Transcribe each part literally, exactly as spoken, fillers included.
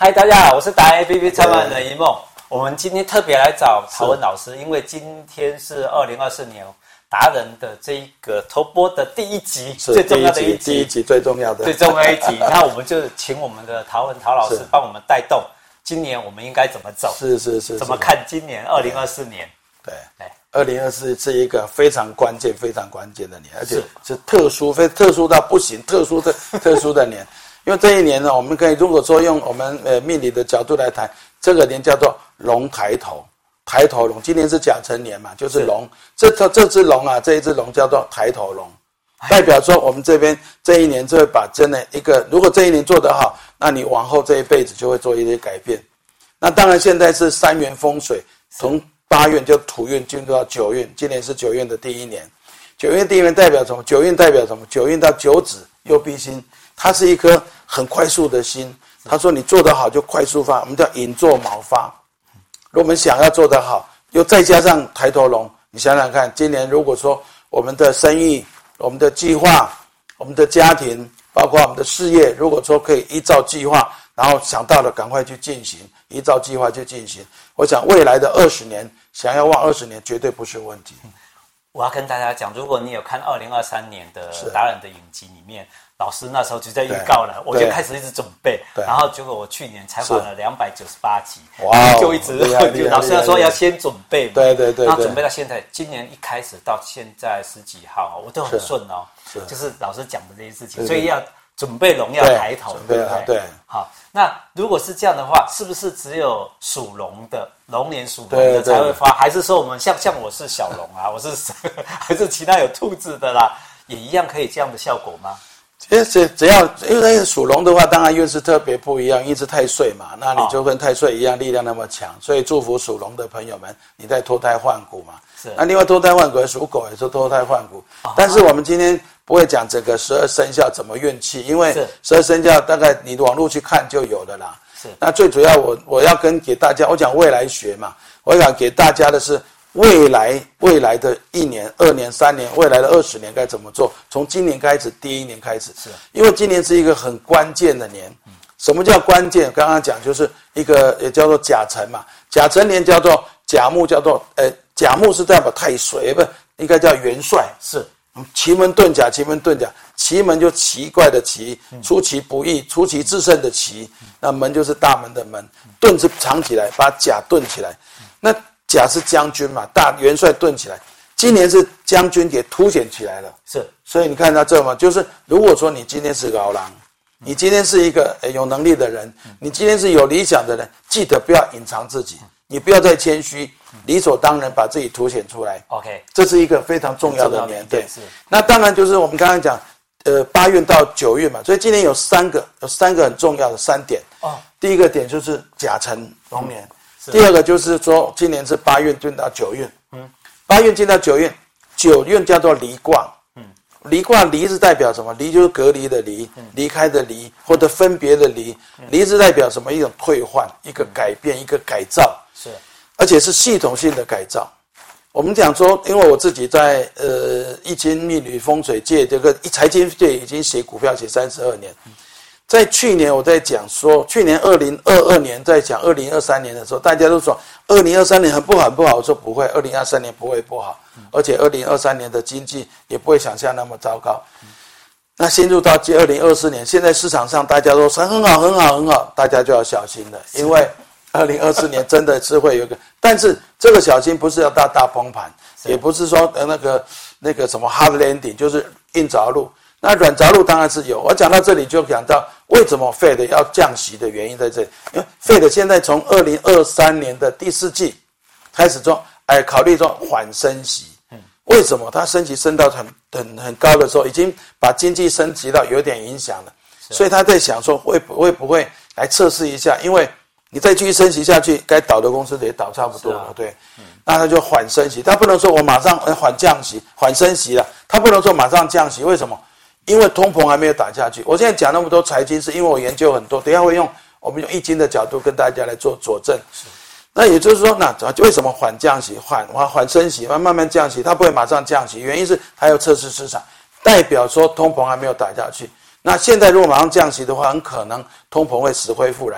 嗨，大家好，我是达 A P P 创办人一梦。我们今天特别来找陶文老师，因为今天是二零二四年达人的这一个头播的第一集，最重要的一集， 第一集最重要的， 最重要的一集。那我们就请我们的陶文陶老师帮我们带动，今年我们应该怎么走？ 是是 是, 是， 怎么看今年二零二四年？ 对，二零二四是一个非常关键、非常关键的年，而且是特殊、非特殊到不行、特殊的特殊的年。因为这一年呢，我们可以如果说用我们呃命理的角度来谈，这个年叫做龙抬头，抬头龙。今年是甲辰年嘛，就是龙。这这这只龙啊，这一只龙叫做抬头龙，代表说我们这边这一年就会把真的一个，如果这一年做得好，那你往后这一辈子就会做一些改变。那当然现在是三元风水，从八运就土运进入到九运，今年是九运的第一年。九运第一年代表什么？九运代表什么？九运到九子右弼星。它是一颗很快速的心，他说你做得好就快速发，我们叫引作卯发。如果我们想要做得好，又再加上抬头龙，你想想看，今年如果说我们的生意、我们的计划、我们的家庭，包括我们的事业，如果说可以依照计划，然后想到了赶快去进行，依照计划去进行，我想未来的二十年，想要望二十年绝对不是问题。 我要跟大家讲，如果你有看二零二三年的达人的影集里面，老师那时候就在预告了，我就开始一直准备，然后结果我去年采访了两百九十八集，哇，就一直就老师要说要先准备嘛， 对对对， 然后准备到现在，今年一开始到现在十几号，我都很顺哦，就是老师讲的这些事情，所以要准备龙要抬头，对不对？对，好，那如果是这样的话，是不是只有属龙的龙年属龙的才会发？还是说我们像像我是小龙啊，我是还是其他有兔子的啦，也一样可以这样的效果吗？ 其实只要因为属龙的话，当然运势特别不一样，一直太岁嘛，那你就跟太岁一样力量那么强，所以祝福属龙的朋友们，你在脱胎换骨嘛。是。那另外脱胎换骨，属狗也是脱胎换骨，但是我们今天不会讲整个十二生肖怎么运气，因为十二生肖大概你网络去看就有了啦。是。那最主要我我要跟给大家，我讲未来学嘛，我想给大家的是。未来未来的一年、二年、三年，未来的二十年该怎么做？从今年开始，第一年开始，是因为今年是一个很关键的年。什么叫关键？刚刚讲就是一个也叫做甲辰嘛，甲辰年叫做甲木，叫做呃甲木是代表太岁，不应该叫元帅，是奇门遁甲，奇门遁甲，奇门就奇怪的奇，出其不意、出其制胜的奇，那门就是大门的门，遁是藏起来，把甲遁起来，那。甲是将军嘛，大元帅遁起来，今年是将军给凸显起来了，是，所以你看到这嘛，就是如果说你今天是个老狼，你今天是一个有能力的人，你今天是有理想的人，记得不要隐藏自己，你不要再谦虚，理所当然把自己凸显出来。OK， 这是一个非常重要的年，对，是。那当然就是我们刚刚讲，呃，八运到九运嘛，所以今年有三个有三个很重要的三点。哦，第一个点就是甲辰龙年。第二个就是说，今年是八运进到九运，嗯，八运进到九运，九运叫做离卦，嗯，离卦离是代表什么？离就是隔离的离，离开的离，或者分别的离，离是代表什么？一种退换，一个改变，一个改造，是，而且是系统性的改造。我们讲说，因为我自己在呃易经命理风水界这个财经界已经写股票写三十二年。在去年我在讲说，去年二零二二年在讲二零二三年的时候，大家都说二零二三年很不好很不好，我说不会，二零二三年不会不好，而且二零二三年的经济也不会想象那么糟糕。那进入到二零二四年，现在市场上大家都说很好很好很好，大家就要小心了，因为二零二四年真的是会有一个，但是这个小心不是要大大崩盘，也不是说那个那个什么 hard landing， 就是硬着陆。那软着陆当然是有，我讲到这里就讲到为什么 Fed 要降息的原因在这里，因为 Fed 现在从二零二三年的第四季开始说，哎，考虑说缓升息，为什么？它升息升到很很很高的时候，已经把经济升级到有点影响了，所以他在想说会不会不会来测试一下，因为你再继续升息下去，该倒的公司也倒差不多了，啊、对，嗯，那他就缓升息，他不能说我马上缓降息、缓升息了，他不能说马上降息，为什么？因为通膨还没有打下去。我现在讲那么多财经，是因为我研究很多，等一下会用我们用易经的角度跟大家来做佐证。那也就是说，那为什么缓降息、缓缓升息、慢慢降息？它不会马上降息，原因是它要测试市场，代表说通膨还没有打下去。那现在如果马上降息的话，很可能通膨会死灰复燃。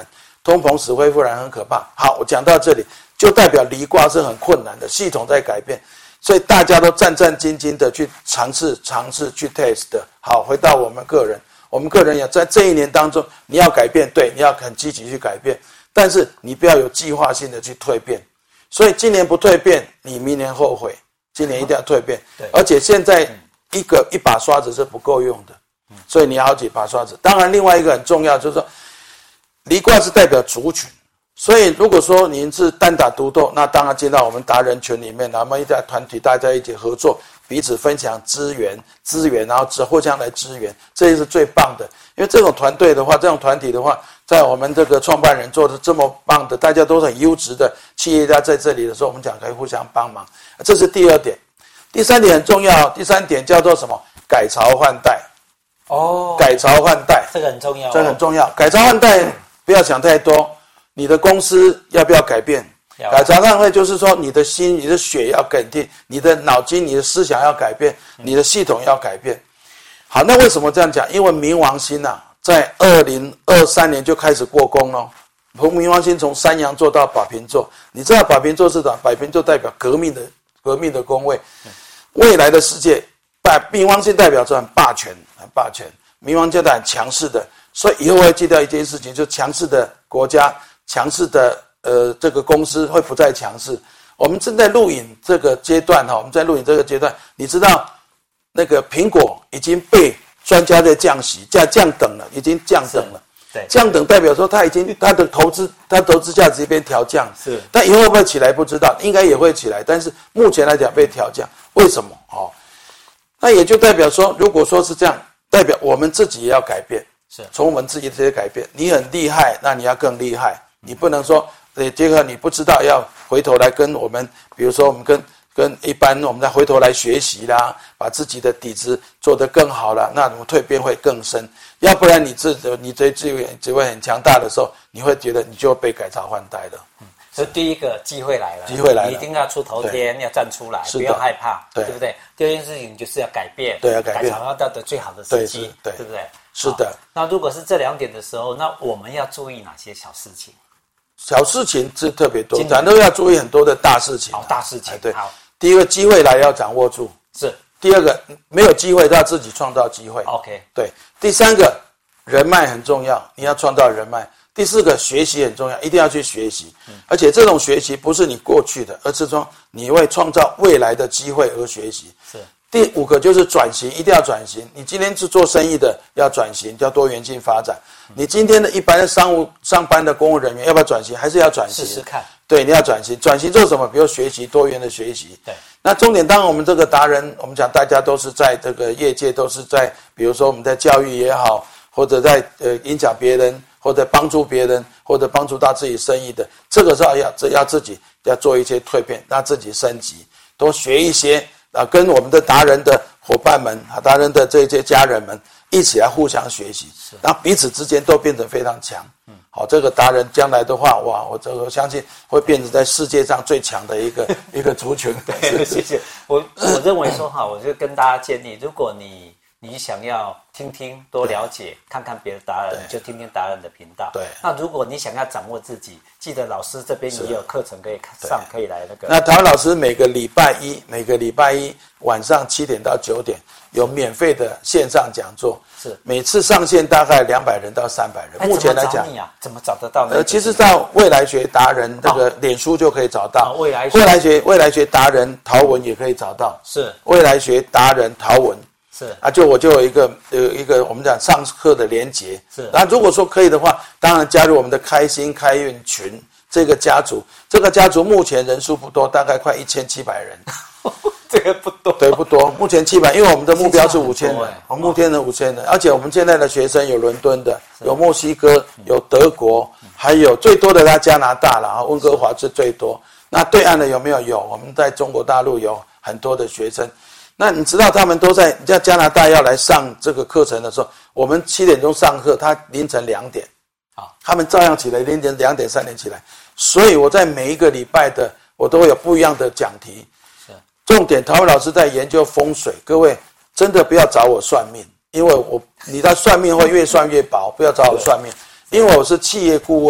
通膨死灰复燃很可怕。好，我讲到这里，就代表离卦是很困难的，系统在改变，所以大家都战战兢兢的去尝试尝试去 test 的。好，回到我们个人，我们个人也在这一年当中，你要改变，对，你要很积极去改变，但是你不要有计划性的去蜕变。所以今年不蜕变，你明年后悔。今年一定要蜕变， 对， 而且现在一个一把刷子是不够用的，所以你要好几把刷子。当然，另外一个很重要就是说，离卦是代表族群，所以如果说您是单打独斗，那当然进到我们达人群里面，我们一在团体大家一起合作，彼此分享资源，资源，然后互相来支援，这也是最棒的。因为这种团队的话，这种团体的话，在我们这个创办人做的这么棒的，大家都是很优质的企业家在这里的时候，我们讲可以互相帮忙，这是第二点。第三点很重要，第三点叫做什么？改朝换代。 哦， 改朝换代， 这个很重要、哦， 这个很重要。改朝换代，不要想太多，你的公司要不要改变？改朝换代就是说，你的心、你的血要改变，你的脑筋、你的思想要改变，你的系统要改变。好，那为什么这样讲？因为冥王星啊，在二零二三年就开始过宫了。冥王星从山羊座到宝瓶座，你知道宝瓶座是什么？宝瓶座代表革命的革命的宫位，未来的世界，冥王星代表着很霸权，很霸权。冥王星代表很强势的，所以以后会记到一件事情，就强势的国家、强势的呃这个公司会不再强势。我们正在录影这个阶段哈，我们在录影这个阶段，你知道那个苹果已经被专家在降息、降降等了，已经降等了。 对， 降等代表说它已经它的投资它投资价值被调降， 是， 但以后会不会起来不知道，应该也会起来，但是目前来讲被调降，为什么？哦，那也就代表说，如果说是这样，代表我们自己也要改变， 是， 从我们自己这些改变。你很厉害，那你要更厉害，你不能说，呃，这个你不知道，要回头来跟我们，比如说我们跟。跟一般我们再回头来学习啦，把自己的底子做得更好了，那我们蜕变会更深。要不然你自你这资源只会很强大的时候，你会觉得你就被改朝换代了。 嗯，所以第一个机会来了， 机会来了， 你一定要出头天，要站出来，不要害怕，对，对不对？第二件事情就是要改变， 对，要改变， 改朝换代的最好的时机，对，对不对？ 是的。 那如果是这两点的时候，那我们要注意哪些小事情？ 小事情是特别多，咱都要注意很多的大事情。 好，大事情， 对， 好。 第一个机会来要掌握住， 是。 第二个没有机会都要自己创造机会 ，OK。对。 第三个人脉很重要，你要创造人脉。第四个学习很重要，一定要去学习，嗯、而且这种学习不是你过去的，而是说你为创造未来的机会而学习。 是。 第五个就是转型，一定要转型。你今天是做生意的，要转型，叫多元性发展。嗯、你今天的一般的商务上班的公务人员要不要转型？还是要转型？ 试试看。 对，你要转型，转型做什么？比如学习多元的学习。 对。 那重点，当然我们这个达人，我们讲大家都是在这个业界，都是在，比如说我们在教育也好，或者在呃影响别人，或者帮助别人，或者帮助到自己生意的，这个时候要要自己要做一些蜕变，让自己升级，多学一些啊，跟我们的达人的伙伴们啊，达人的这些家人们一起来互相学习，让彼此之间都变得非常强。嗯，好，这个达人将来的话，哇，我这个相信会变成在世界上最强的一个一个族群。 对，谢谢。我我认为说哈，我就跟大家建议，如果你你想要听听多了解，看看别的达人，就听听达人的频道。 对。 那如果你想要掌握自己，记得老师这边也有课程可以上，可以来那个。 那陶老师每个礼拜一，每个礼拜一晚上七点到九点有免费的线上讲座。 是。每次上线大概两百人到三百人。目前来讲， 你啊，怎么找得到呢？ 呃，其实到未来学达人这个脸书就可以找到。 哦、未来学未来学未来学达人陶文也可以找到。 是。 未来学达人陶文。 是啊，就我就有一个有一个我们讲上课的连结， 是。 那如果说可以的话，当然加入我们的开心开运群这个家族。这个家族目前人数不多，大概快一千七百人。 这个不多， 对，不多。目前七百，因为我们的目标是五千人，我们目前的五千人，而且我们现在的学生有伦敦的，有墨西哥，有德国，还有最多的在加拿大了啊，温哥华是最多。那对岸的有没有？有，我们在中国大陆有很多的学生。那你知道他们都在在加拿大要来上这个课程的时候，我们七点钟上课，他凌晨两点，啊，他们照样起来，凌晨两点三点起来。所以我在每一个礼拜的，我都会有不一样的讲题。是，重点，陶文老师在研究风水，各位真的不要找我算命，因为我你的算命会越算越薄，不要找我算命，因为我是企业顾问，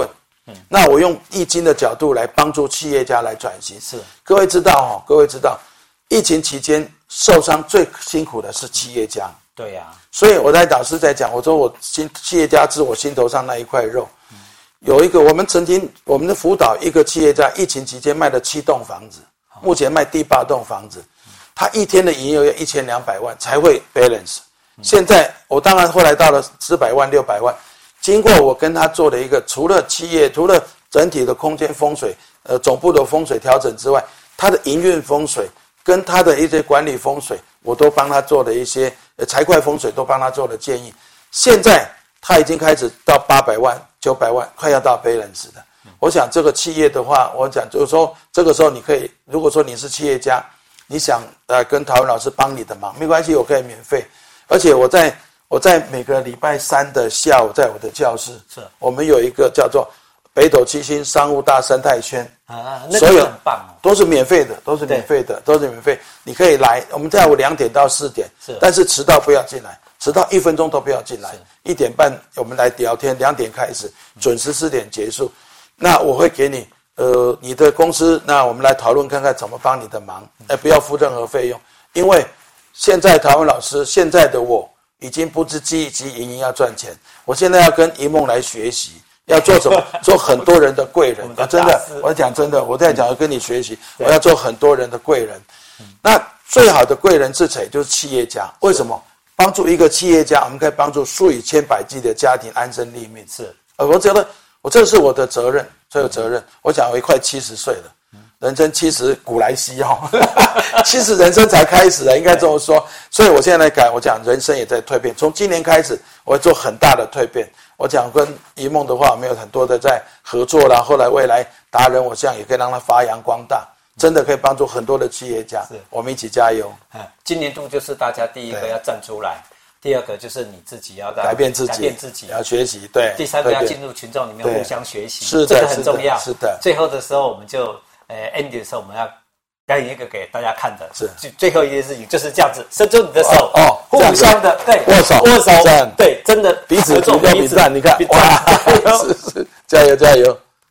嗯，那我用易经的角度来帮助企业家来转型。 是， 各位知道哦，各位知道，疫情期间受伤最辛苦的是企业家。 对呀、啊， 所以我在导师在讲，我说我心企业家是我心头上那一块肉。嗯、有一个我们曾经我们的辅导一个企业家，疫情期间卖了七栋房子，目前卖第八栋房子，他一天的营业额一千两百万才会 balance。现在我当然后来到了四百万、六百万，经过我跟他做了一个，除了企业、除了整体的空间风水、呃总部的风水调整之外，他的营运风水跟他的一些管理风水，我都帮他做了一些呃财会风水都帮他做了建议。现在他已经开始到八百万、九百万，快要到 balance 的。我想这个企业的话，我讲就是说，这个时候你可以，如果说你是企业家，你想呃跟陶文老师帮你的忙，没关系，我可以免费。而且我在我在每个礼拜三的下午，在我的教室，是我们有一个叫做北斗七星商务大生态圈啊，那个很棒、哦， 都是免费的，都是免费的，都是免费。你可以来，我们下午两点到四点，是，但是迟到不要进来，迟到一分钟都不要进来。一点半我们来聊天，两点开始，准时四点结束。那我会给你呃你的公司，那我们来讨论看看怎么帮你的忙，呃不要付任何费用，因为。现在陶文老师，现在的我已经不是积极营营要赚钱，我现在要跟一梦来学习，要做什么？做很多人的贵人。啊、真的，我讲真的，我在讲要跟你学习，我要做很多人的贵人。那最好的贵人是谁？就是企业家。为什么？帮助一个企业家，我们可以帮助数以千百计的家庭安身立命。是，呃，我觉得我这是我的责任，这个责任。我讲我快七十岁了。人生七十古来稀哦，七十人生才开始了，应该这么说。所以我现在来改，我讲人生也在蜕变。从今年开始，我会做很大的蜕变。我讲跟一梦的话，我们有很多的在合作啦。后来未来达人，我这样也可以让他发扬光大，真的可以帮助很多的企业家。我们一起加油。 今年度就是大家第一个要站出来，第二个就是你自己要改变自己， 改变自己要学习。对， 第三个要进入群众里面互相学习， 是的， 这个很重要。 是的， 最后的时候我们就。呃 ，ending 的时候我们要表演一个给大家看的，是最后一件事情就是这样子，伸出你的手，哦，互相的对握手， 握手，对，真的彼此彼此比赞，你看，哇，是是，加油加油。